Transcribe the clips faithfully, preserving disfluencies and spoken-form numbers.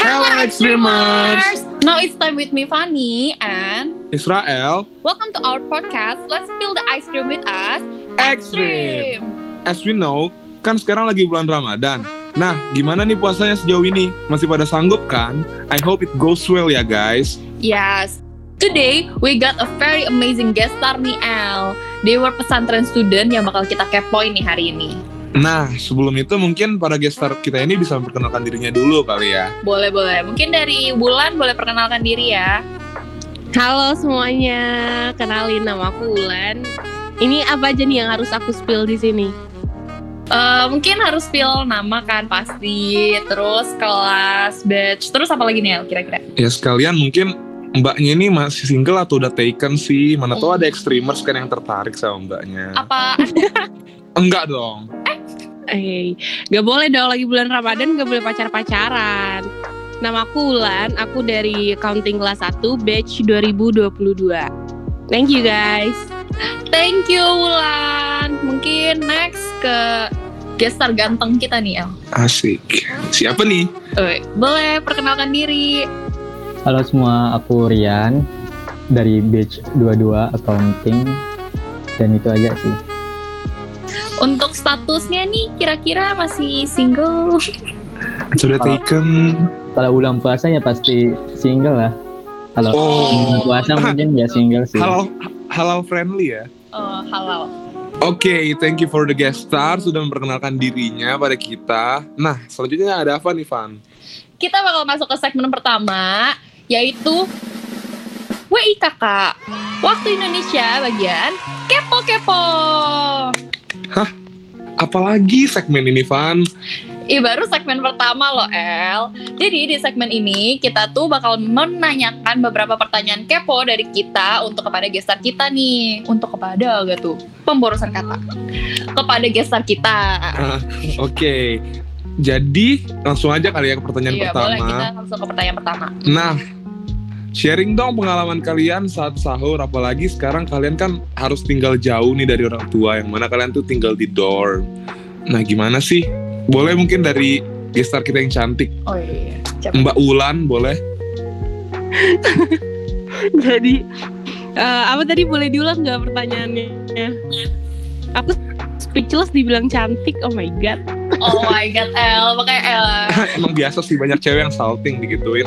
Hello Extremers! Now it's time with me, Fanny, and Israel. Welcome to our podcast. Let's spill the ice cream with us, Extreme. As we know, kan sekarang lagi bulan Ramadan. Nah, gimana nih puasanya sejauh ini? Masih pada sanggup kan? I hope it goes well ya guys. Yes. Today, we got a very amazing guest star nih, El. They were pesantren student yang bakal kita kepoin nih hari ini. Nah, sebelum itu mungkin para guest star kita ini bisa memperkenalkan dirinya dulu kali ya. Boleh-boleh. Mungkin dari Wulan boleh perkenalkan diri ya. Halo semuanya, kenalin nama aku Wulan. Ini apa aja nih yang harus aku spill di sini? Uh, mungkin harus spill nama kan pasti, terus kelas, batch, terus apa lagi nih El kira-kira? Ya sekalian mungkin mbaknya ini masih single atau udah taken sih. Mana tahu ada extremers kan yang tertarik sama mbaknya. Apa? Enggak dong. Eh, gak boleh dong, lagi bulan Ramadan gak boleh pacar-pacaran. Nama aku Wulan, aku dari accounting kelas satu batch dua ribu dua puluh dua. Thank you guys. Thank you Wulan. Mungkin next ke guest star ganteng kita nih El. Asik. Siapa nih? Oke, boleh perkenalkan diri. Halo semua, aku Rian dari batch dua puluh dua accounting. Dan itu aja sih. Untuk statusnya nih kira-kira masih single? Sudah taken. Kalau bulan puasa ya pasti single lah. Kalau Oh. bulan puasa mungkin ya single sih. Halal, halal friendly ya. Oh, halal. Oke, okay, thank you for the guest star sudah memperkenalkan dirinya pada kita. Nah, selanjutnya ada apa nih, Van? Kita bakal masuk ke segmen pertama, yaitu W I K K, Waktu Indonesia bagian Kepo-Kepo. Hah? Apalagi segmen ini, Van? Ih, baru segmen pertama loh, El. Jadi di segmen ini kita tuh bakal menanyakan beberapa pertanyaan kepo dari kita untuk kepada guest star kita nih. Untuk kepada gak tuh? Pemborosan kata. Kepada guest star kita. Uh, Oke, okay. Jadi langsung aja kali ya ke pertanyaan Iya, pertama. boleh kita langsung ke pertanyaan pertama. Nah, sharing dong pengalaman kalian saat sahur. Apalagi sekarang kalian kan harus tinggal jauh nih dari orang tua. Yang mana kalian tuh tinggal di dorm. Nah, gimana sih? Boleh mungkin dari guest star kita yang cantik. Oh iya, Coba. Mbak Wulan, boleh? Jadi uh, apa tadi, boleh diulang gak pertanyaannya? Aku speechless dibilang cantik, oh my god. Oh my god, El, makanya El. Emang biasa sih banyak cewek yang salting digituin.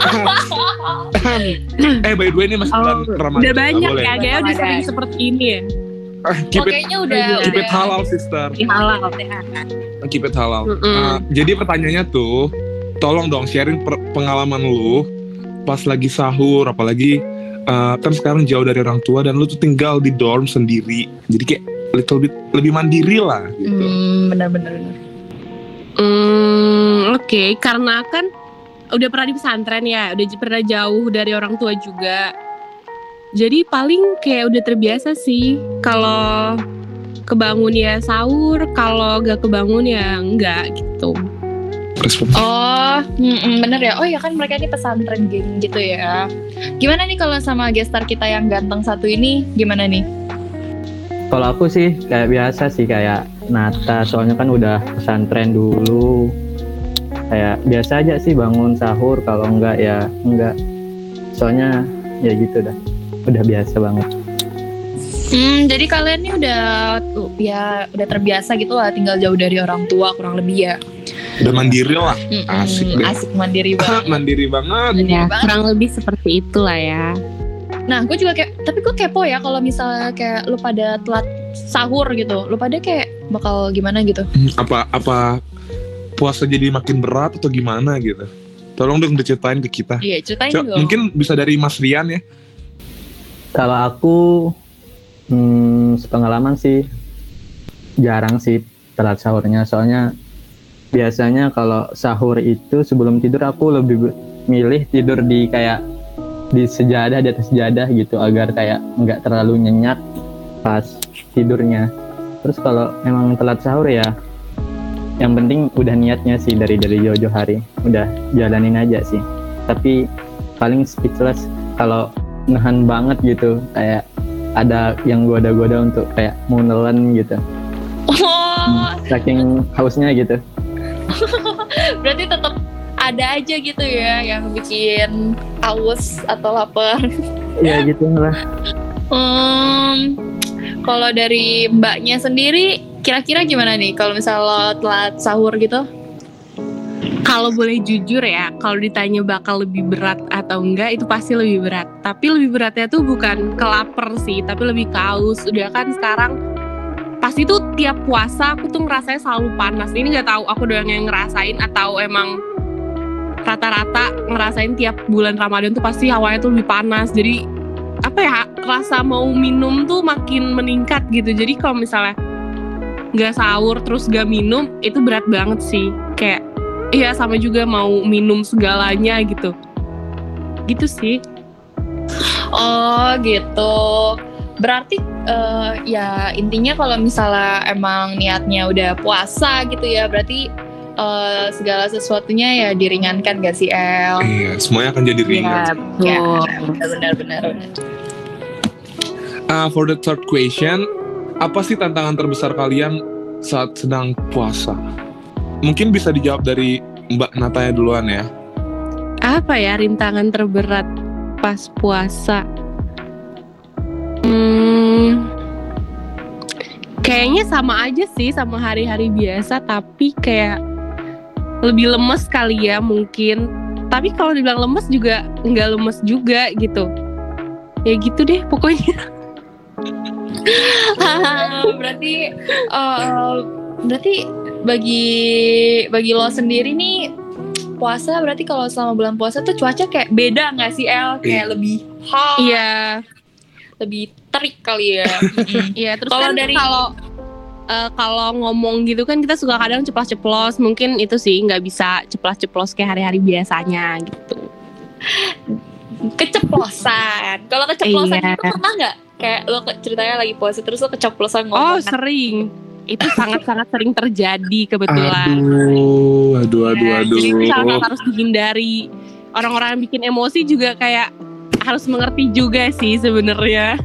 Eh, by the way ini masih bulan Oh, Ramadan. udah banyak boleh. ya, kayaknya udah sering seperti ini ya. Keep Oh, it, kayaknya udah keep it udah halal, sister. Halal. Keep it halal. Mm-mm. Nah, jadi pertanyaannya tuh, tolong dong sharing per- pengalaman lu pas lagi sahur, apalagi uh, kan sekarang jauh dari orang tua dan lu tuh tinggal di dorm sendiri. Jadi kayak little bit lebih mandiri lah gitu. Hmm, benar-benar. Hmm, oke, okay. Karena kan udah pernah di pesantren ya, udah pernah jauh dari orang tua juga. Jadi paling kayak udah terbiasa sih. Kalau kebangun ya sahur, kalau gak kebangun ya enggak gitu. Respon. Oh, mm-mm, bener ya. Oh ya kan mereka ini pesantren geng gitu ya. Gimana nih kalau sama guest star kita yang ganteng satu ini, gimana nih? Kalau aku sih kayak biasa sih, kayak Nata, soalnya kan udah pesantren dulu. Kayak biasa aja sih bangun sahur, kalau enggak ya enggak. Soalnya ya gitu dah. Udah biasa banget. Hmm, jadi kalian nih udah tuh, ya udah terbiasa gitu lah tinggal jauh dari orang tua kurang lebih ya. Udah mandiri lah. Mm-mm, Asik deh. Asik mandiri banget. Mandiri banget. Mandiri Ya, banget. kurang lebih seperti itulah ya. Nah, gue juga kayak, tapi gue kepo ya kalau misalnya kayak lu pada telat sahur gitu, lu pada kayak bakal gimana gitu? Apa apa puasa jadi makin berat atau gimana gitu? Tolong dong diceritain ke kita. Iya, ceritain So, dong. mungkin bisa dari Mas Rian ya. Kalau aku hmm, sepengalaman sih jarang sih telat sahurnya. Soalnya biasanya kalau sahur itu sebelum tidur aku lebih milih tidur di kayak di sejadah, di atas sejadah gitu, agar kayak nggak terlalu nyenyak pas tidurnya. Terus kalau emang telat sahur ya yang penting udah niatnya sih dari dari jauh-jauh hari, udah jalanin aja sih. Tapi paling speechless kalau nahan banget gitu, kayak ada yang goda-goda untuk kayak mau nelen gitu. Oh, Saking hausnya gitu. berarti tetap ada aja gitu ya yang bikin haus atau lapar. Ya gitu lah. Hmm, kalau dari mbaknya sendiri, kira-kira gimana nih kalau misalnya lo telat sahur gitu? Kalau boleh jujur ya, kalau ditanya bakal lebih berat atau enggak, itu pasti lebih berat. Tapi lebih beratnya tuh bukan kelaper sih, tapi lebih ke haus. Udah kan sekarang pasti tuh tiap puasa aku tuh ngerasanya selalu panas. Ini nggak tahu aku doang yang ngerasain atau emang rata-rata ngerasain tiap bulan Ramadan tuh pasti awalnya tuh lebih panas. Jadi apa ya, rasa mau minum tuh makin meningkat gitu. Jadi kalau misalnya nggak sahur terus nggak minum, itu berat banget sih. Kayak iya, sama juga mau minum segalanya gitu. Gitu sih. Oh gitu. Berarti uh, ya intinya kalau misalnya emang niatnya udah puasa gitu ya, berarti uh, segala sesuatunya ya diringankan gak sih El? Iya, semuanya akan jadi ringan. Ya, Ya, benar-benar. Uh, for the third question, apa sih tantangan terbesar kalian saat sedang puasa? Mungkin bisa dijawab dari Mbak Nataya duluan ya. Apa ya rintangan terberat pas puasa? Hmm, kayaknya sama aja sih sama hari-hari biasa, tapi kayak lebih lemes kali ya mungkin. Tapi kalau dibilang lemes juga nggak lemes juga gitu. Ya gitu deh pokoknya. berarti uh, berarti bagi bagi lo sendiri nih puasa, berarti kalau selama bulan puasa tuh cuaca kayak beda nggak sih El? Kayak lebih hot, Iya, lebih terik kali ya. iya. Terus Kalau kan dari- kalau eh, kalau ngomong gitu kan kita suka kadang ceplos-ceplos. Mungkin itu sih nggak bisa ceplos-ceplos kayak hari-hari biasanya gitu. Keceplosan. Kalau keceplosan Iya. itu pernah nggak? Kayak lo ke- ceritanya lagi puasa terus lo keceplosan Oh ngomong. sering. Itu sangat-sangat sering terjadi kebetulan. Aduh, aduh, aduh, Ya, aduh. jadi itu sangat harus dihindari. Orang-orang yang bikin emosi juga kayak harus mengerti juga sih sebenarnya.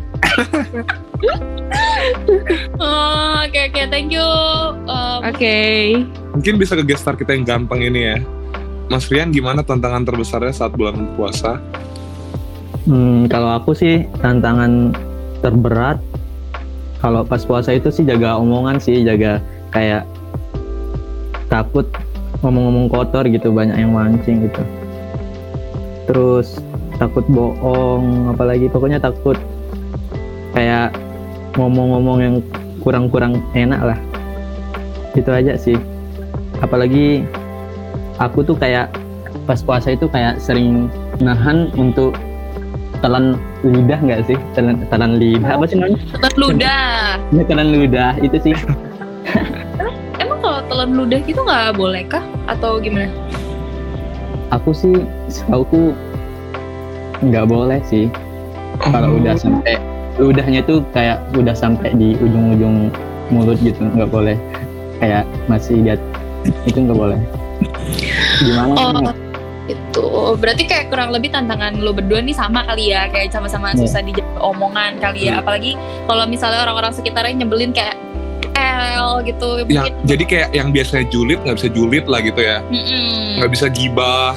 Oh, oke oke, thank you. Um, Oke. Mungkin bisa ke guest star kita yang ganteng ini ya. Mas Rian, gimana tantangan terbesarnya saat bulan puasa? Hmm, kalau aku sih tantangan terberat kalau pas puasa itu sih jaga omongan sih, jaga kayak takut ngomong-ngomong kotor gitu, banyak yang mancing gitu. Terus takut bohong, apalagi pokoknya takut kayak ngomong-ngomong yang kurang-kurang enak lah. Itu aja sih. Apalagi aku tuh kayak pas puasa itu kayak sering nahan untuk telan lidah nggak sih? Telan, telan lidah apa sih namanya? telan ludah. Ya, telan lidah itu sih. Emang kalau telan ludah gitu nggak boleh kah? Atau gimana? Aku sih, setauku nggak boleh sih. Kalau udah sampai ludahnya tuh kayak udah sampai di ujung-ujung mulut gitu, nggak boleh. Kayak masih lihat itu nggak boleh. Gimana? Oh, itu berarti kayak kurang lebih tantangan lo berdua nih sama kali ya, kayak sama-sama Yeah. susah dijaga omongan kali ya. Hmm. Apalagi kalau misalnya orang-orang sekitarnya nyebelin kayak L gitu. Ya, Mungkin jadi kayak yang biasanya julid nggak bisa julid lah gitu ya. mm-mm. Nggak bisa gibah.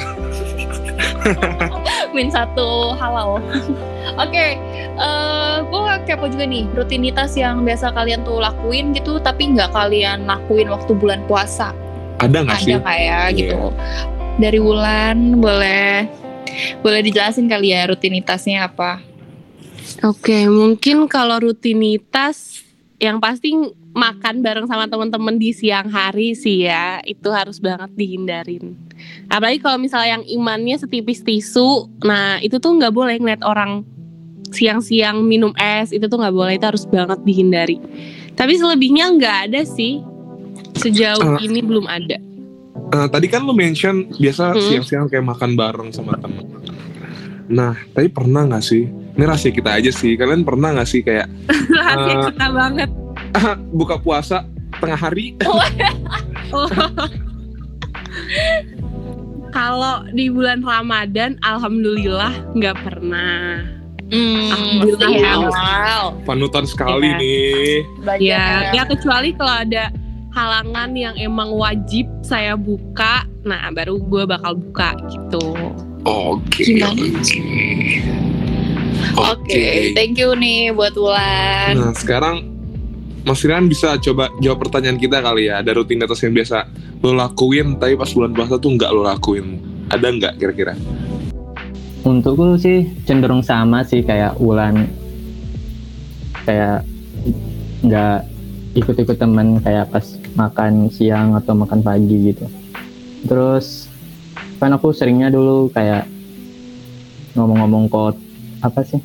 Win satu halal. Oke, eh gue kepo juga nih rutinitas yang biasa kalian tuh lakuin gitu, tapi nggak kalian lakuin waktu bulan puasa. Ada nggak sih? Ada kayak Iya. gitu. Dari Wulan boleh boleh dijelasin kali ya rutinitasnya apa? Oke, mungkin kalau rutinitas yang pasti makan bareng sama teman-teman di siang hari sih ya, itu harus banget dihindarin. Apalagi kalau misalnya yang imannya setipis tisu, nah itu tuh nggak boleh ngeliat orang siang-siang minum es, itu tuh nggak boleh, itu harus banget dihindari. Tapi selebihnya nggak ada sih, sejauh Uh. ini belum ada. Eh, tadi kan lu mention biasa Hmm. siang-siang kayak makan bareng sama temen. Nah, tapi pernah nggak sih? Ini rahasia kita aja sih. Kalian pernah nggak sih kayak Rahasia Uh. kita banget. buka puasa tengah hari? Kalau di bulan Ramadan, alhamdulillah nggak pernah. Hmm, Alhamdulillah mesti ya. halal. Panutan sekali Iya. nih. Banyak Ya, ya kecuali kalau ada halangan yang emang wajib saya buka, nah baru gue bakal buka gitu. Oke. Gimana? Oke. Oke, thank you nih buat Wulan. Nah sekarang Mas Rian bisa coba jawab pertanyaan kita kali ya. Ada rutinitas yang biasa lo lakuin tapi pas bulan puasa tuh nggak lo lakuin. Ada nggak kira-kira? Untukku sih cenderung sama sih kayak Wulan, kayak nggak ikut-ikut temen kayak pas makan siang atau makan pagi gitu. Terus kan aku seringnya dulu kayak ngomong-ngomong kok apa sih,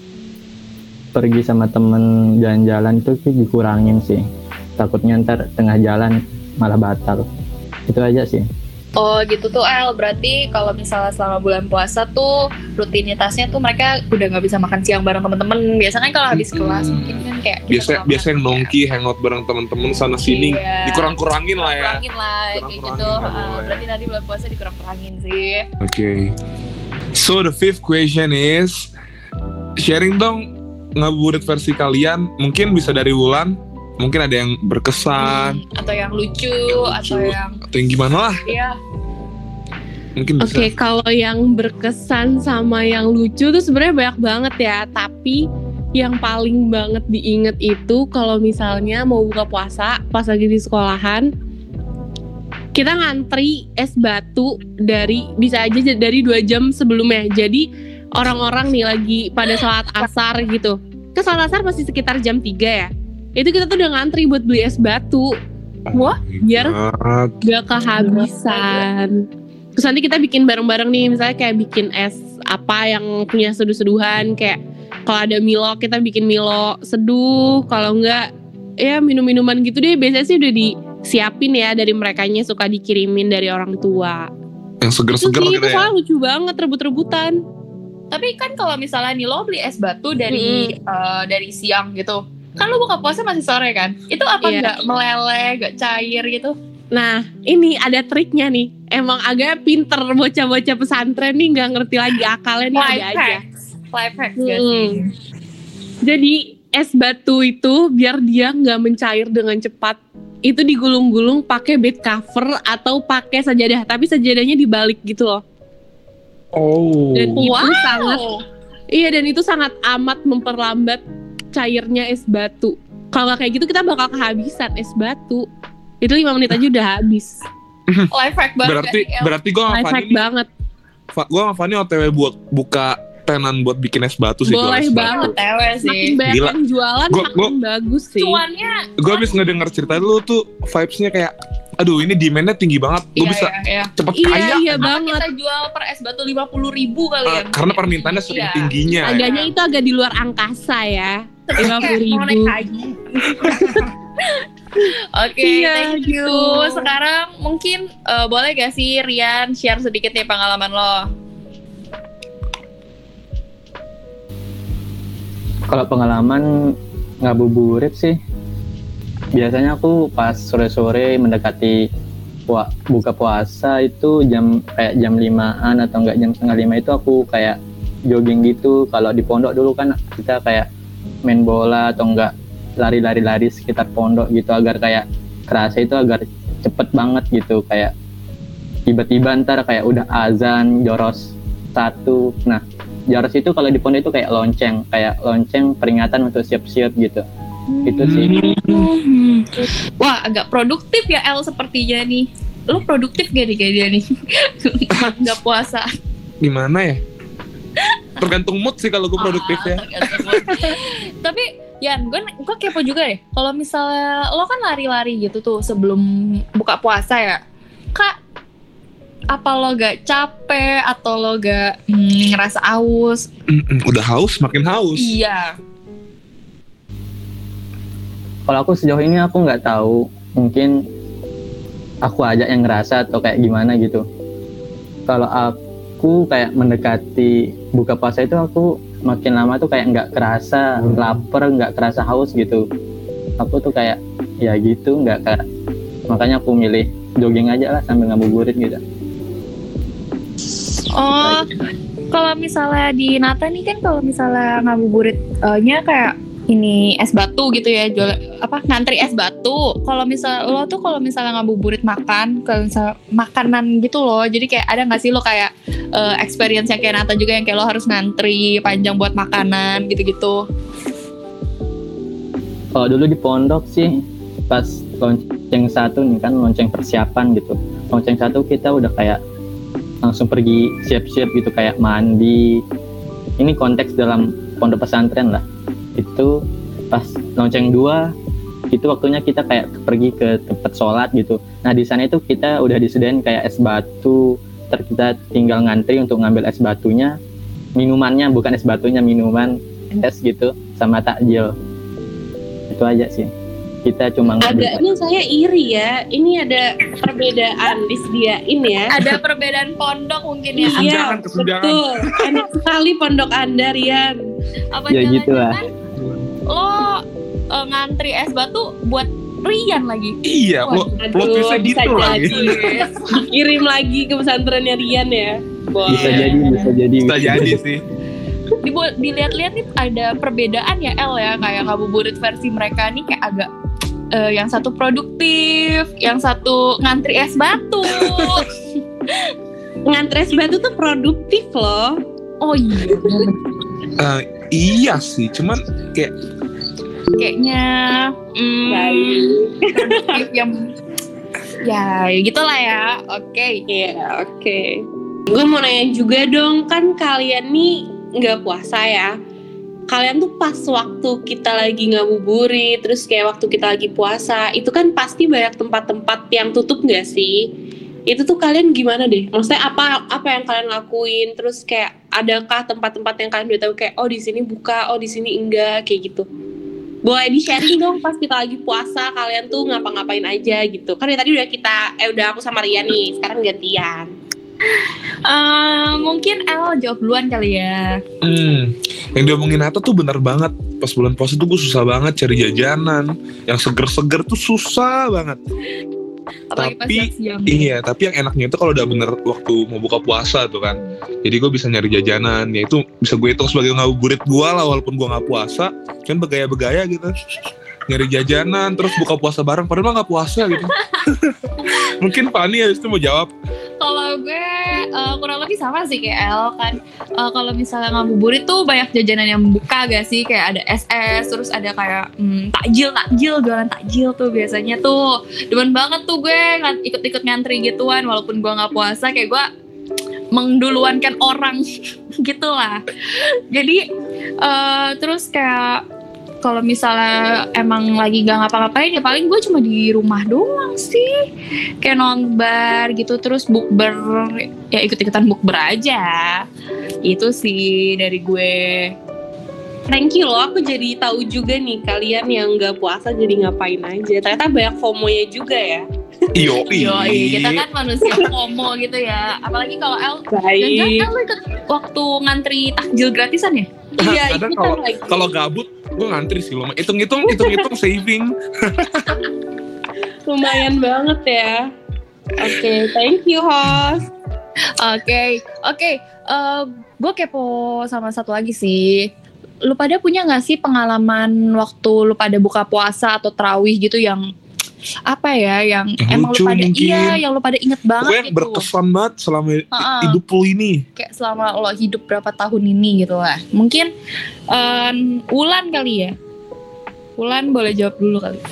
pergi sama temen jalan-jalan itu sih dikurangin sih, takutnya ntar tengah jalan malah batal. Itu aja sih. Oh gitu tuh El, berarti kalau misalnya selama bulan puasa tuh rutinitasnya tuh mereka udah nggak bisa makan siang bareng temen-temen. Biasanya kan kalau habis kelas mungkin kan kayak Biasa biasa yang nongki hangout bareng temen-temen sana sini Iya. dikurang-kurangin lah ya. Kurangin lah kayak Kurang-kurangin gitu. lah, Ah, boleh. berarti nanti bulan puasa dikurang-kurangin sih. Oke. So the fifth question is sharing dong ngabuburit versi kalian. Mungkin bisa dari Wulan, mungkin ada yang berkesan, Hmm, atau yang lucu, Yang lucu. atau yang atau yang gimana lah. ya Mungkin bisa. Oke, kalau yang berkesan sama yang lucu tuh sebenarnya banyak banget ya. Tapi yang paling banget diinget itu kalau misalnya mau buka puasa pas lagi di sekolahan, kita ngantri es batu dari bisa aja dari dua jam sebelumnya. Jadi orang-orang nih lagi pada sholat asar gitu. Ke sholat asar pasti sekitar jam tiga ya. Itu kita tuh udah ngantri buat beli es batu. Wah, biar God. gak kehabisan. Terus nanti kita bikin bareng-bareng nih, misalnya kayak bikin es apa yang punya seduh-seduhan, kayak kalau ada Milo kita bikin Milo seduh, kalau enggak ya minum-minuman gitu deh. Biasanya sih udah disiapin ya dari merekanya, suka dikirimin dari orang tua. Yang Itu seger-seger sih, gitu itu ya. soalnya lucu banget, rebut-rebutan. tapi kan kalau misalnya nih lo beli es batu dari eh, dari siang gitu, kan lo buka puasa masih sore kan? Itu apa Iya. nggak meleleh, nggak cair gitu? Nah, ini ada triknya nih. Emang agak pinter bocah-bocah pesantren nih, nggak ngerti lagi akalnya nih ada Life aja. hacks, life hacks gak sih? Hmm. Jadi es batu itu biar dia nggak mencair dengan cepat, itu digulung-gulung pakai bed cover atau pakai sajadah, tapi sajadahnya dibalik gitu loh. Oh. Dan itu Wow. sangat, iya dan itu sangat amat memperlambat cairnya es batu. Kalau nggak kayak gitu kita bakal kehabisan es batu. Itu lima menit aja udah habis. Life hack banget. Berarti gak sih, El? berarti gue sama Life Fanny hack nih, banget. Fa- gue sama Fanny O T W buat buka tenan buat bikin es batu sih. Boleh jual es banget. batu. Tewe sih. Makin banyak Gila. yang jualan Gua- makin bagus sih. Cuannya Gue abis ngedenger cerita lu tuh vibes-nya kayak aduh ini demand-nya tinggi banget. Gue iya, bisa iya, iya. cepet Iya kaya. iya Apa banget. kita jual per es batu lima puluh ribu kali Uh, ya? karena permintaannya sering Iya. tingginya. ya. Harganya itu agak di luar angkasa ya. lima puluh Mau naik ribu. haji. Oke, Iya, thank you. gitu. Sekarang mungkin eh, boleh gak sih Rian share sedikit nih pengalaman lo? Kalau pengalaman ngabuburit sih, biasanya aku pas sore-sore mendekati pua- buka puasa itu jam kayak jam limaan atau enggak jam setengah lima itu aku kayak jogging gitu. Kalau di pondok dulu kan kita kayak main bola atau enggak lari-lari-lari sekitar pondok gitu agar kayak kerasa itu agar cepet banget gitu, kayak tiba-tiba ntar kayak udah azan joros satu. Nah joros itu kalau di pondok itu kayak lonceng, kayak lonceng peringatan untuk siap-siap gitu. Itu sih. Hmm. Wah, agak produktif ya El sepertinya nih. Lo produktif gak nih kayak dia nih? Gak puasa. Gimana ya? Tergantung mood sih kalau gue produktif Ah, ya. tergantung mood. Tapi Yan, gue gue kepo juga deh. Kalau misalnya lo kan lari-lari gitu tuh sebelum buka puasa ya, Kak, apa lo gak capek atau lo gak hmm, ngerasa haus? Mm-mm, udah haus makin haus. Iya. Kalau aku sejauh ini aku nggak tahu, mungkin aku aja yang ngerasa atau kayak gimana gitu. Kalau aku kayak mendekati buka puasa itu aku makin lama tuh kayak nggak kerasa lapar, nggak kerasa haus gitu. Aku tuh kayak ya gitu, nggak kayak, makanya aku milih jogging aja lah sambil ngabuburit gitu. Oh, kalau misalnya di Nata nih kan kalau misalnya ngabuburitnya kayak ini es batu gitu ya, jual apa ngantri es batu. Kalau misal lo tuh kalau misalnya ngabuburit makan, kalau misal makanan gitu loh, jadi kayak ada nggak sih lo kayak uh, experience yang kayak Nata juga yang kayak lo harus ngantri panjang buat makanan gitu-gitu? Kalau dulu di pondok sih pas lonceng satu nih kan lonceng persiapan gitu. Lonceng satu kita udah kayak langsung pergi siap-siap gitu kayak mandi. Ini konteks dalam pondok pesantren lah. Itu pas lonceng dua itu waktunya kita kayak pergi ke tempat sholat gitu. Nah di sana itu kita udah disediain kayak es batu, terus kita tinggal ngantri untuk ngambil es batunya, minumannya bukan es batunya, minuman es gitu sama takjil. Itu aja sih. Kita cuma agaknya saya iri ya. Ini ada perbedaan disediain ya. Ada perbedaan pondok mungkin ya. Iya, betul. Enak sekali pondok Anda, Rian. Apa ya gitu lah. Lo uh, ngantri es batu buat Rian lagi. Iya, Wah, lo plot twistnya gitu lagi. Kirim lagi ke pesantrennya Rian ya. Boy. Bisa jadi, bisa jadi. Bisa jadi sih. Dibu- dilihat-lihat nih ada perbedaan ya El ya, kayak ngabuburit versi mereka nih kayak agak uh, yang satu produktif, yang satu ngantri es batu. Ngantri es batu tuh produktif loh. Oh iya. Uh, iya sih, cuman kayak kayaknya mm, produktif yang ya gitulah ya. Oke. Okay. Iya, oke. Okay. Gue mau nanya juga dong, kan kalian nih nggak puasa ya? Kalian tuh pas waktu kita lagi ngabuburit, terus kayak waktu kita lagi puasa, itu kan pasti banyak tempat-tempat yang tutup nggak sih? Itu tuh kalian gimana deh? Maksudnya apa apa yang kalian lakuin? Terus kayak adakah tempat-tempat yang kalian udah tahu kayak oh di sini buka, oh di sini enggak, kayak gitu? Boleh di-sharing dong pas kita lagi puasa, kalian tuh ngapa-ngapain aja gitu. Kan ya tadi udah kita, eh udah aku sama Rian nih, sekarang gantian. Uh, mungkin El jawab duluan kali ya. Hmm, yang diomongin Nata tuh benar banget. Pas bulan puasa tuh gue susah banget cari jajanan. Yang seger-seger tuh susah banget. Apalagi pas Tapi siang-siang. iya, tapi yang enaknya itu kalau udah bener waktu mau buka puasa tuh kan. Jadi gue bisa nyari jajanan. Ya itu bisa gue hitung sebagai ngabuburit gue lah, walaupun gue gak puasa. Kan begaya-begaya gitu. Nyari jajanan, terus buka puasa bareng. Padahal mah gak puasa gitu. Mungkin Fani habis itu mau jawab. Kalau gue uh, kurang lebih sama sih kayak El kan. Uh, kalau misalnya ngabuburit tuh banyak jajanan yang buka gak sih? Kayak ada es es, terus ada kayak hmm, takjil takjil jualan takjil tuh biasanya tuh. Demen banget tuh gue ng- ikut-ikut ngantri gituan, walaupun gue nggak puasa kayak gue menduluankan orang gitulah. Jadi uh, terus kayak kalau misalnya emang lagi gak ngapa-ngapain ya paling gue cuma di rumah doang sih, kayak nonbar gitu, terus bukber ya ikut-ikutan bukber aja. Itu sih dari gue. Thank you loh, aku jadi tahu juga nih kalian yang gak puasa jadi ngapain aja. Ternyata banyak FOMO-nya juga ya. Iyo, Yoi, kita kan manusia FOMO gitu ya. Apalagi kalau El, Baik. jangan El ikut waktu ngantri takjil gratisan ya? Iya, kadang ikutan kalau lagi. kalau gabut gue ngantri sih lo. Hitung-hitung, hitung-hitung saving. Lumayan banget ya. Oke, okay, thank you host. Oke, okay. oke. Okay. Uh, gue kepo sama satu lagi sih. Lu pada punya nggak sih pengalaman waktu lu pada buka puasa atau tarawih gitu yang apa ya, yang, Yang emang lucu lu pada mungkin. iya, yang lu pada inget Gue banget yang gitu. berkesan banget selama Uh-uh. hidup lu ini. Kayak selama lo hidup berapa tahun ini gitu lah. Mungkin um, Ulan kali ya. Ulan boleh jawab dulu kali.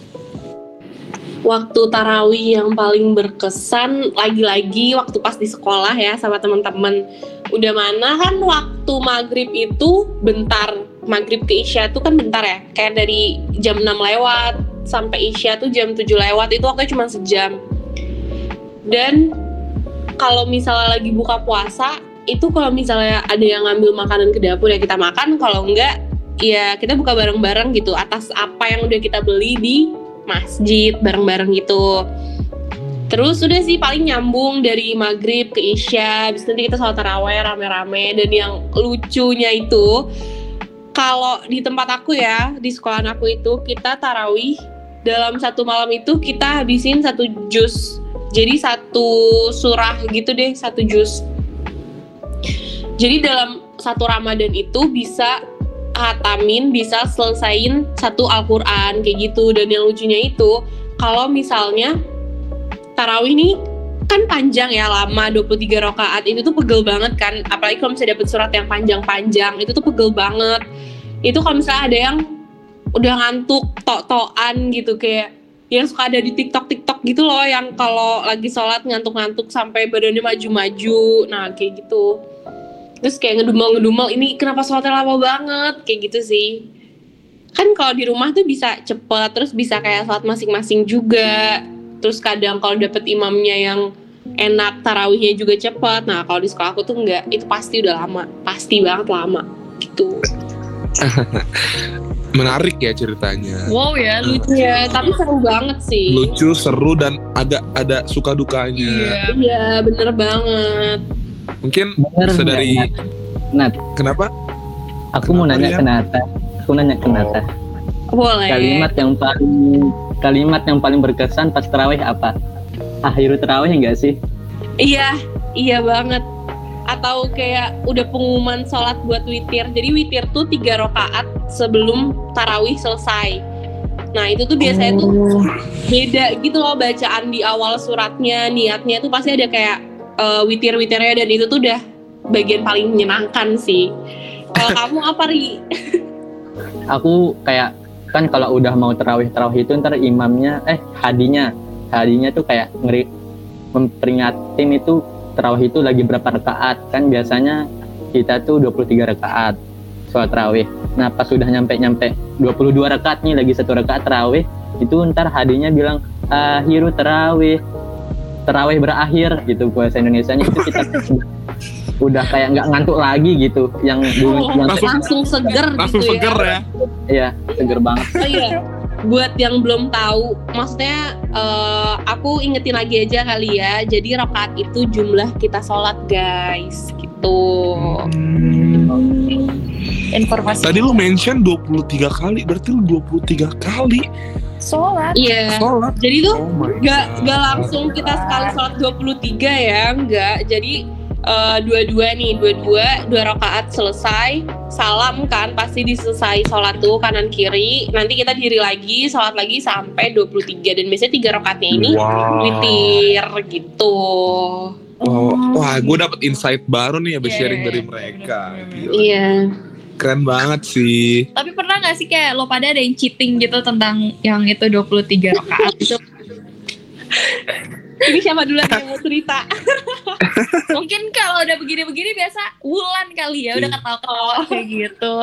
Waktu tarawih yang paling berkesan lagi-lagi waktu pas di sekolah ya sama teman-teman. Udah mana kan waktu maghrib itu bentar, maghrib ke isya itu kan bentar ya, kayak dari jam enam lewat sampai isya tuh jam tujuh lewat, itu waktunya cuma sejam. Dan kalau misalnya lagi buka puasa itu kalau misalnya ada yang ngambil makanan ke dapur ya kita makan, kalau enggak ya kita buka bareng-bareng gitu atas apa yang udah kita beli di masjid bareng-bareng gitu. Terus udah sih paling nyambung dari maghrib ke isya, habis nanti kita sholat taraweh rame-rame. Dan yang lucunya itu kalau di tempat aku ya, di sekolah aku itu kita tarawih dalam satu malam itu kita habisin satu juz. Jadi satu surah gitu deh, satu juz. Jadi dalam satu Ramadan itu bisa hatamin bisa selesain satu Al-Quran kayak gitu. Dan yang lucunya itu kalau misalnya tarawih nih kan panjang ya, lama dua puluh tiga rakaat, itu tuh pegel banget kan, apalagi kalau misalnya dapet surat yang panjang-panjang itu tuh pegel banget. Itu kalau misalnya ada yang udah ngantuk tok-tokan gitu, kayak yang suka ada di TikTok-TikTok gitu loh, yang kalau lagi sholat ngantuk-ngantuk sampai badannya maju-maju, nah kayak gitu. Terus kayak ngedumel-ngedumel, ini kenapa sholatnya lama banget, kayak gitu sih. Kan kalau di rumah tuh bisa cepet, terus bisa kayak sholat masing-masing juga. Terus kadang kalau dapet imamnya yang enak, tarawihnya juga cepet. Nah kalau di sekolah aku tuh enggak, itu pasti udah lama, pasti banget lama gitu. Menarik ya ceritanya. Wow ya, lucu. Ya, tapi seru banget sih. Lucu, seru, dan agak ada suka dukanya. Iya. Iya, bener banget. Mungkin Bener, bisa dari Nat, kenapa? aku mau Kenapa, nanya Rian? ke Nata. Aku nanya ke Oh. Nata. Boleh. Kalimat yang paling kalimat yang paling berkesan pas tarawih apa? Akhiru tarawih enggak sih? Iya, iya banget. Atau kayak udah pengumuman sholat buat witir. Jadi witir tuh tiga rakaat sebelum tarawih selesai. Nah itu tuh biasanya tuh beda gitu loh bacaan di awal suratnya, niatnya tuh pasti ada kayak uh, witir-witirnya, dan itu tuh udah bagian paling menyenangkan sih. Kalau kamu apa, Ri? Aku kayak kan kalau udah mau tarawih tarawih itu ntar imamnya eh hadinya hadinya tuh kayak ngeri memperingatin itu tarawih itu lagi berapa rakaat. Kan biasanya kita tuh dua puluh tiga rakaat sholat tarawih. Nah pas sudah nyampe-nyampe dua puluh dua rakaat nih, lagi satu rakaat tarawih, itu ntar hadinya bilang akhiru tarawih, tarawih berakhir gitu bahasa Indonesianya. Itu kita udah kayak nggak ngantuk lagi gitu, yang dulu Oh, yang Langsung- langsung seger Langsung gitu seger ya. ya. iya seger banget. Oh iya, buat yang belum tahu, maksudnya eh, aku ingetin lagi aja kali ya. Jadi rakaat itu jumlah kita sholat guys, gitu. Informasi Tadi lu mention dua puluh tiga kali, berarti lu dua puluh tiga kali sholat. Iya. sholat. Jadi tuh Oh my Gak, God. gak langsung kita sekali sholat dua puluh tiga ya, enggak. Jadi eh, dua-dua nih, dua-dua, dua rakaat selesai, salam kan, pasti diselesai sholat tuh kanan kiri. Nanti kita diri lagi, sholat lagi sampai dua puluh tiga. Dan biasanya tiga rakaatnya ini Wow. witir gitu. Wow. Wah, gue dapet insight baru nih abis Iya, sharing iya, dari iya. mereka. Bener, bener, Gila. Iya. Keren banget sih. Tapi pernah gak sih kayak lo pada ada yang cheating gitu tentang yang itu dua puluh tiga rakaat itu? Ini siapa duluan yang mau cerita? Mungkin kalau udah begini-begini biasa Wulan kali ya, udah ketawa-ketawa kayak gitu.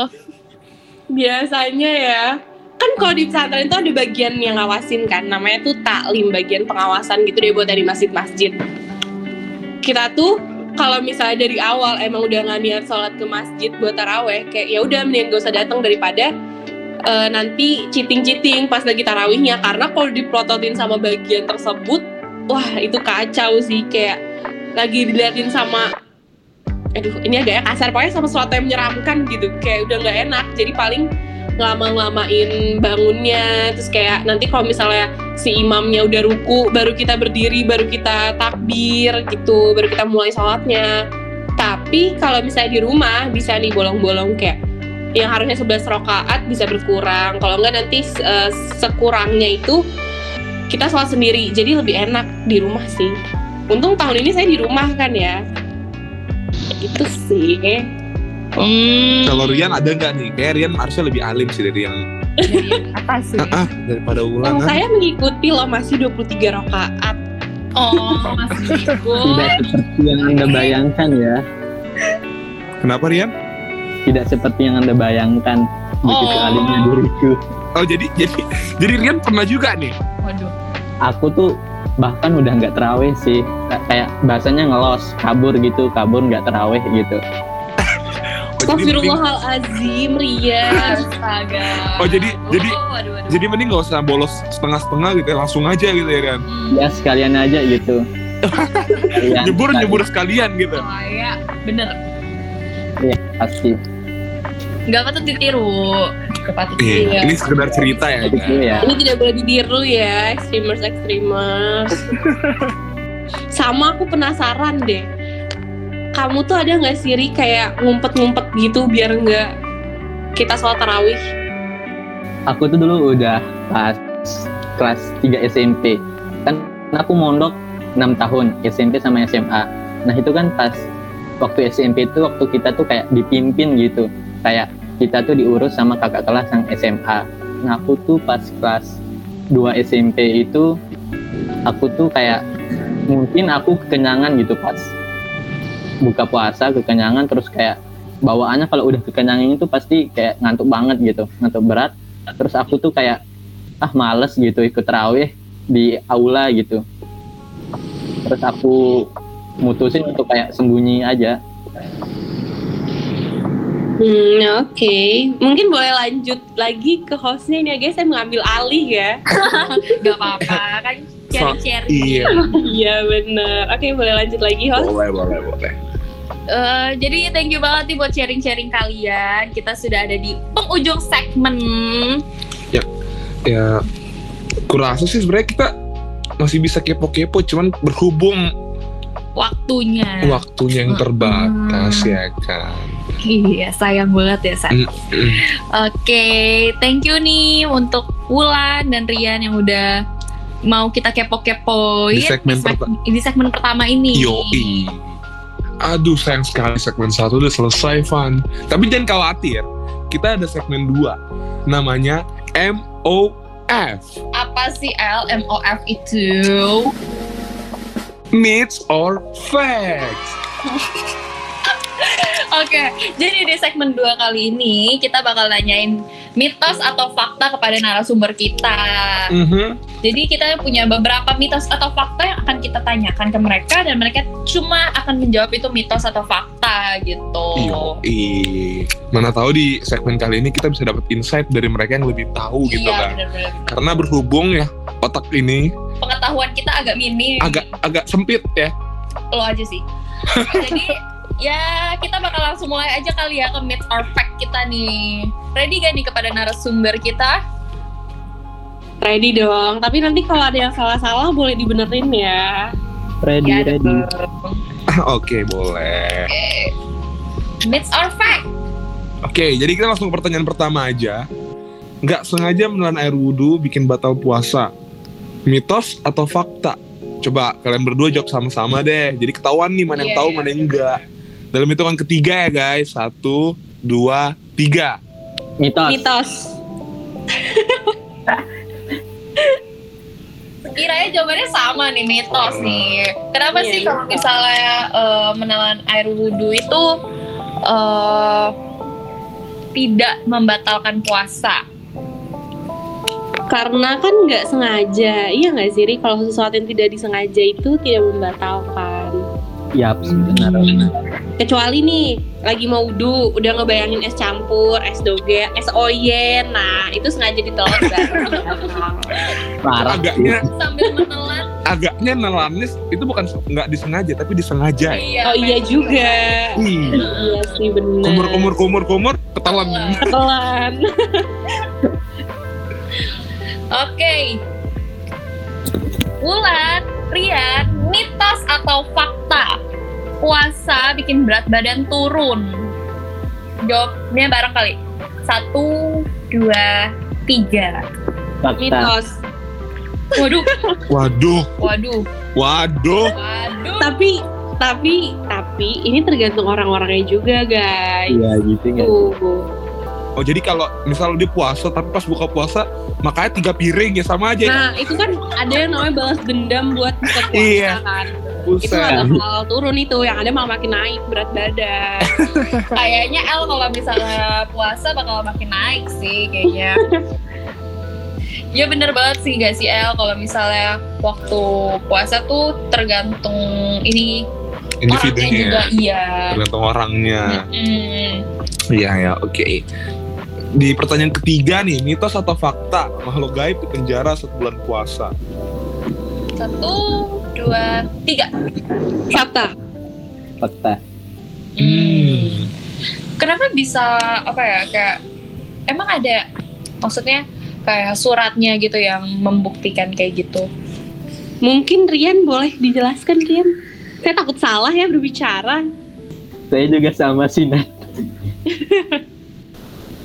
Biasanya ya, kan kalau di pesantren itu ada bagian yang ngawasin kan, namanya tuh taklim, bagian pengawasan gitu deh buat dari masjid-masjid. Kita tuh kalau misalnya dari awal emang udah nggak niat sholat ke masjid buat taraweh, kayak ya udah mending gak usah datang daripada uh, nanti cheating-cheating pas lagi tarawihnya. Karena kalau diplototin sama bagian tersebut, wah itu kacau sih, kayak lagi diliatin sama, aduh ini agak kasar, pokoknya sama sesuatu yang menyeramkan gitu, kayak udah nggak enak. Jadi paling ngelama-ngelamain bangunnya, terus kayak nanti kalau misalnya si imamnya udah ruku, baru kita berdiri, baru kita takbir gitu, baru kita mulai sholatnya. Tapi kalau misalnya di rumah bisa nih bolong-bolong, kayak yang harusnya sebelas rakaat bisa berkurang, kalau enggak nanti uh, sekurangnya itu kita sholat sendiri, jadi lebih enak di rumah sih. Untung tahun ini saya di rumah kan ya, gitu sih. Hmm. Kalau Rian ada nggak nih? Kayak Rian harusnya lebih alim sih dari yang Dari atas sih. ah, ah, daripada Wulan. Yang ah. saya mengikuti loh masih dua puluh tiga rakaat. Oh, masih ikut. Tidak seperti yang Anda bayangkan ya. Kenapa Rian? Tidak seperti yang Anda bayangkan. Begitu Oh. alimnya diriku. Oh jadi jadi jadi Rian pernah juga nih. Waduh. Aku tuh bahkan udah nggak terawih sih. Kayak bahasanya ngelos, kabur gitu, kabur nggak terawih gitu. Oh, jadi mending- Astagfirullahaladzim, Rian. Astaga. Oh, jadi- jadi- Oh, waduh, waduh. jadi mending gak usah bolos setengah-setengah gitu ya, langsung aja gitu ya Rian. Hmm. Ya sekalian aja gitu. Sekalian, Nyebur sekalian. nyebur sekalian gitu. Oh, ya, bener. Iya pasti. Gak patut ditiru. Gak patut Iya, ditiru. ini sekedar cerita ya. Gitu guys. ya. Ini tidak boleh ditiru ya, extremers extremers. Sama aku penasaran deh. Kamu tuh ada nggak sih Ri, kayak ngumpet-ngumpet gitu biar nggak kita sholat tarawih? Aku tuh dulu udah pas kelas tiga S M P. Kan aku mondok enam tahun, S M P sama S M A. Nah itu kan pas waktu S M P itu waktu kita tuh kayak dipimpin gitu. Kayak kita tuh diurus sama kakak kelas yang S M A. Nah aku tuh pas kelas dua S M P itu, aku tuh kayak mungkin aku kekenyangan gitu pas buka puasa, kekenyangan, terus kayak bawaannya kalau udah kekenyangan itu pasti kayak ngantuk banget gitu, ngantuk berat. Terus aku tuh kayak ah males gitu ikut tarawih di aula gitu. Terus aku mutusin untuk kayak sembunyi aja. Hmm, oke. Okay. Mungkin boleh lanjut lagi ke hostnya ini ya guys, saya mengambil alih ya. Gak apa-apa, kan sharing-sharing. Iya. Iya bener. Oke, okay, boleh lanjut lagi host. Boleh, boleh, boleh. Uh, jadi thank you banget nih buat sharing-sharing kalian. Kita sudah ada di penghujung segmen. Ya, ya, kurasa sih sebenarnya kita masih bisa kepo-kepo, cuman berhubung waktunya waktunya yang terbatas hmm. ya kan. Iya, sayang banget ya San. Mm, mm. Oke, okay, thank you nih untuk Wulan dan Rian yang udah mau kita kepo-kepoin di segmen, di, seg- perta- di segmen pertama ini. Yoi. Aduh sayang sekali segmen satu udah selesai Van. Tapi jangan khawatir, kita ada segmen dua, namanya M O F. Apa sih L M O F itu? Myths or facts. Oke, okay, jadi di segmen dua kali ini kita bakal nanyain mitos atau fakta kepada narasumber kita. Mm-hmm. Jadi kita punya beberapa mitos atau fakta yang akan kita tanyakan ke mereka dan mereka cuma akan menjawab itu mitos atau fakta gitu. Iya, mana tahu di segmen kali ini kita bisa dapat insight dari mereka yang lebih tahu gitu iya, kan. Bener-bener. Karena berhubung ya otak ini pengetahuan kita agak minim. Agak agak sempit ya. Lo aja sih. Jadi ya kita bakal langsung mulai aja kali ya ke myth or fact kita nih. Ready gak nih kepada narasumber kita? Ready dong, tapi nanti kalau ada yang salah-salah boleh dibenerin ya. Ready, ya, ready. Oke, okay, boleh. Okay. Myth or fact? Oke, okay, jadi kita langsung ke pertanyaan pertama aja. Nggak sengaja menelan air wudhu bikin batal puasa. Mitos atau fakta? Coba kalian berdua jawab sama-sama deh. Jadi ketahuan nih mana yang yeah, tahu, yeah. mana yang enggak. Dalam hitungan ketiga ya guys. Satu, dua, tiga. Mitos. Mitos. Kiranya jawabannya sama nih, mitos nih. Kenapa yeah, sih kalau misalnya uh, menelan air wudhu itu uh, tidak membatalkan puasa? Karena kan nggak sengaja, iya nggak sih Ri? Kalau sesuatu yang tidak disengaja itu tidak membatalkan. Yap, sebenarnya. Kecuali nih, lagi mau wudhu, udah ngebayangin es campur, es doger, es oyen, nah itu sengaja ditelan Parah. Agaknya, sambil menelan. agaknya nelannya itu bukan nggak disengaja, tapi disengaja. Iya, oh iya juga. Ih. Iya sih benar. Kumur, kumur, kumur, kumur, ketelan. Ketelan. Oke, okay. Wulan, Rian, mitos atau fakta? Puasa bikin berat badan turun. Jawabnya bareng kali. Satu, dua, tiga. Fakta. Mitos. Waduh, Waduh, waduh, waduh. waduh. Tapi, tapi, tapi ini tergantung orang-orangnya juga guys. Iya gitu nggak? Tuh. Oh jadi kalau misal dia puasa tapi pas buka puasa makanya tiga piring ya sama aja. Nah itu kan ada yang namanya balas dendam buat buka puasa Iya. kan. Buset. Itu gak bakal turun itu, yang ada malah makin naik berat badan. Kayaknya El kalau misalnya puasa bakal makin naik sih kayaknya. Ya bener banget sih gak sih El, kalau misalnya waktu puasa tuh tergantung ini orangnya juga, iya. Tergantung orangnya. Mm-hmm. Iya ya, oke. Okay. Di pertanyaan ketiga nih, mitos atau fakta makhluk gaib di penjara saat bulan puasa? Satu, dua, tiga. Fakta. Fakta. Hmm. Kenapa bisa apa ya kayak emang ada maksudnya kayak suratnya gitu yang membuktikan kayak gitu? Mungkin Rian boleh dijelaskan Rian. Saya takut salah ya berbicara. Saya juga sama sih Nat.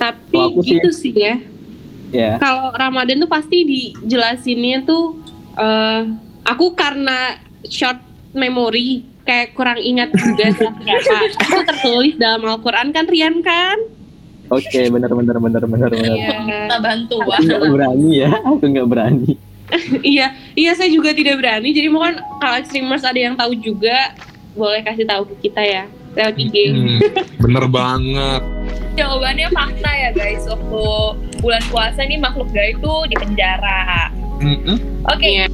Tapi Kalau aku sih- gitu sih ya. Ya. Kalau Ramadan tuh pasti dijelasinnya tuh eh aku karena short memory kayak kurang ingat juga berapa. Itu tertulis dalam Al-Qur'an kan Rian kan? Oke, benar benar benar benar benar. Iya. Kita bantu Aku wah. nggak berani ya, aku nggak berani. Iya, iya saya juga tidak berani. Jadi mungkin kalau streamers ada yang tahu juga boleh kasih tahu ke kita ya lewat I G. Hmm, bener banget. Jawabannya fakta ya guys. Waktu bulan puasa nih makhluk gaib tuh di penjara. Mm-mm. Oke, Iya.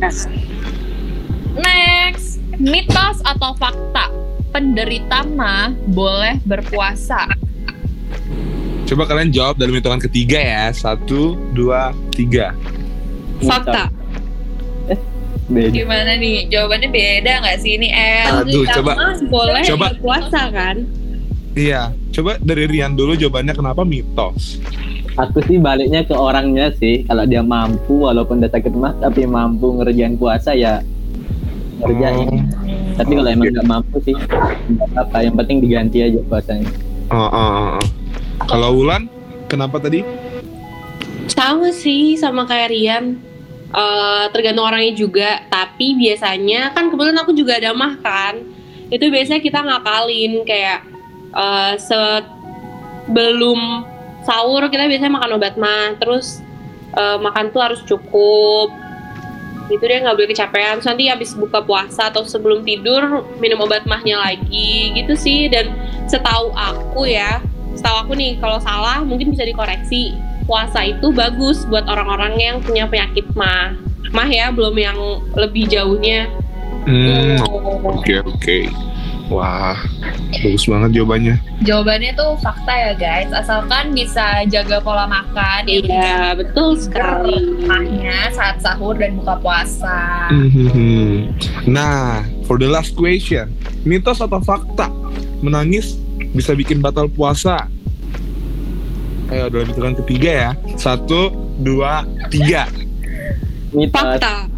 next. Mitos atau fakta? Penderita mah boleh berpuasa. Coba kalian jawab dalam hitungan ketiga ya. Satu, dua, tiga. Fakta. Beda. Gimana nih? Jawabannya beda nggak sih ini? El? Aduh, Kita coba. mah boleh Coba. berpuasa kan? Iya, coba dari Rian dulu jawabannya kenapa mitos. Aku sih baliknya ke orangnya sih. Kalau dia mampu, walaupun udah sakit mah, tapi mampu ngerjain puasa ya ngerjain. Oh. Tapi kalau emang Oke. nggak mampu sih, nggak apa. Yang penting diganti aja puasanya. Oh, oh, oh, oh. Kalau Wulan, kenapa tadi? Sama sih, sama kayak Rian. Eh, tergantung orangnya juga. Tapi biasanya kan kebetulan aku juga ada mah kan. Itu biasanya kita ngakalin kayak eh, sebelum sahur kita biasanya makan obat mah. Terus eh, makan tuh harus cukup. Itu dia nggak boleh kecapean. Terus nanti habis buka puasa atau sebelum tidur minum obat mahnya lagi gitu sih. Dan setahu aku ya, setahu aku nih kalau salah mungkin bisa dikoreksi. Puasa itu bagus buat orang-orang yang punya penyakit mah. Mah ya, belum yang lebih jauhnya. Hmm, oke oke. Wah, bagus banget jawabannya. Jawabannya tuh fakta ya guys. Asalkan bisa jaga pola makan. ya Iya, betul sekali. Mahnya saat sahur dan buka puasa. Mhm. Nah, for the last question, mitos atau fakta? Menangis bisa bikin batal puasa. Ayo dalam hitungan ketiga ya. Satu, dua, tiga. Mitos. Fakta.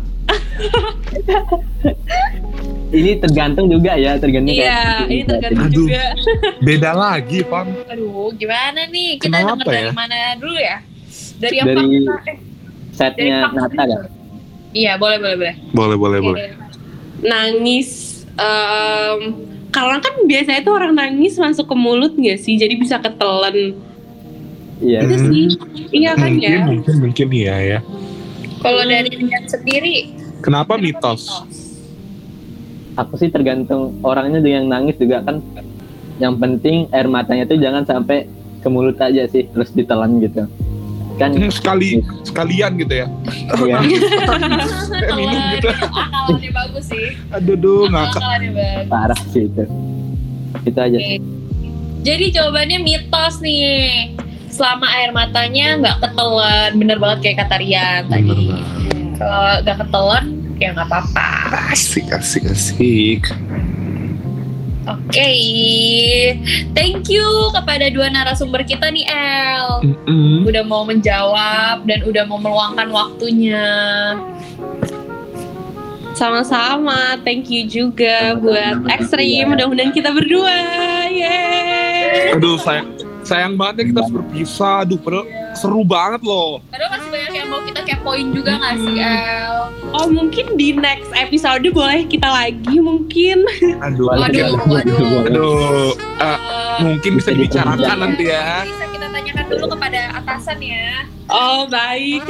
Ini tergantung juga ya, tergantung. Iya, kayak- ini tergantung Aduh. juga. Beda lagi, Pan. Aduh, gimana nih? Kita Kenapa denger dari ya? mana dulu ya? Dari yang Dari fakta. Eh, dari Setnya fakta Nata dulu. kan. Iya, boleh, boleh, boleh. Boleh, boleh, Oke. boleh. Nangis. em, karena kan biasanya tuh orang nangis masuk ke mulut nggak sih? Jadi bisa ketelan. Iya. Itu Hmm. sih. Iya kan Mungkin, ya? mungkin, mungkin iya ya. Kalau dari Rian sendiri, Kenapa kenapa mitos? Aku sih tergantung orangnya tuh yang nangis juga kan. Yang penting air matanya tuh jangan sampai ke mulut aja sih, terus ditelan gitu. Kan Hmm, sekali, sekalian gitu ya. iya. Eh, minum gitu. Akalannya bagus sih. Aduh, duh, ngakak. Akalannya bagus. Parah sih itu. Itu aja. Oke. Jadi jawabannya mitos nih. Selama air matanya nggak ketelan, bener banget kayak kata Rian tadi. Bener banget. Kalau nggak ketelan, ya nggak apa-apa. Asik, asik, asik. Oke, thank you kepada dua narasumber kita nih El. Mm-mm. Udah mau menjawab dan udah mau meluangkan waktunya. Sama-sama. Thank you juga buat Ekstrim. Mudah-mudahan kita berdua. Yeay. Aduh, sayang, sayang banget ya kita harus berpisah. Aduh, padahal seru banget loh. Padahal masih banyak yang mau kita kepoin juga nggak sih El? Oh mungkin di next episode boleh kita lagi mungkin. Aduh, Waduh, mungkin- waduh. aduh, eh, Eh, mungkin bisa Bisa dibicarakan dibicarakan. nanti ya. bisa kita tanyakan dulu kepada atasan ya. Oh baik.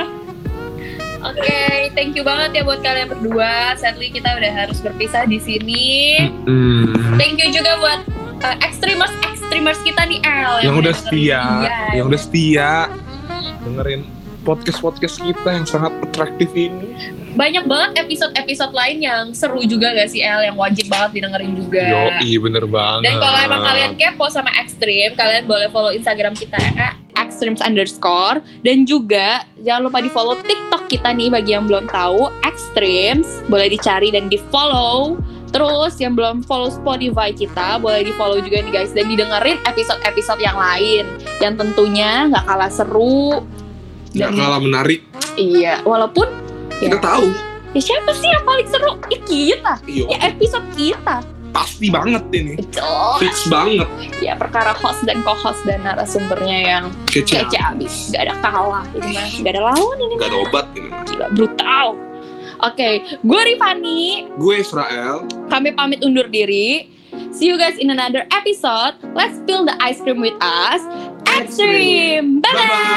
Oke, thank you banget ya buat kalian berdua. Sadly kita udah harus berpisah di sini. Hmm. Thank you juga buat uh, extremers extremers kita nih El Yang udah dengerin. setia, Iya, yang udah setia dengerin podcast-podcast kita yang sangat atraktif ini. banyak banget episode-episode lain yang seru juga gak sih El, yang wajib banget didengerin juga. Yoi, bener banget. Dan kalau emang kalian kepo sama Extreme, kalian boleh follow Instagram kita ya, extremes underscore. Dan juga jangan lupa di follow TikTok kita nih bagi yang belum tahu, Extremes. Boleh dicari dan di follow. Terus yang belum follow Spotify kita, boleh di follow juga nih guys. Dan didengerin episode-episode yang lain, yang tentunya gak kalah seru. Nggak Dan kalah menarik. iya, walaupun Kita ya, tahu. ya siapa sih yang paling seru? Ya kita, Iya. ya episode kita. pasti banget ini. Betul. Fix banget. Ya perkara host dan co-host dan narasumbernya yang Kece. kece abis. Gak ada kalah ini mah. Gak ada lawan ini Gak mah. ada obat ini. Gila, brutal. Oke, gue Rifani. Gue Israel. Kami pamit undur diri. See you guys in another episode. Let's fill the ice cream with us. Extreme. Bye-bye.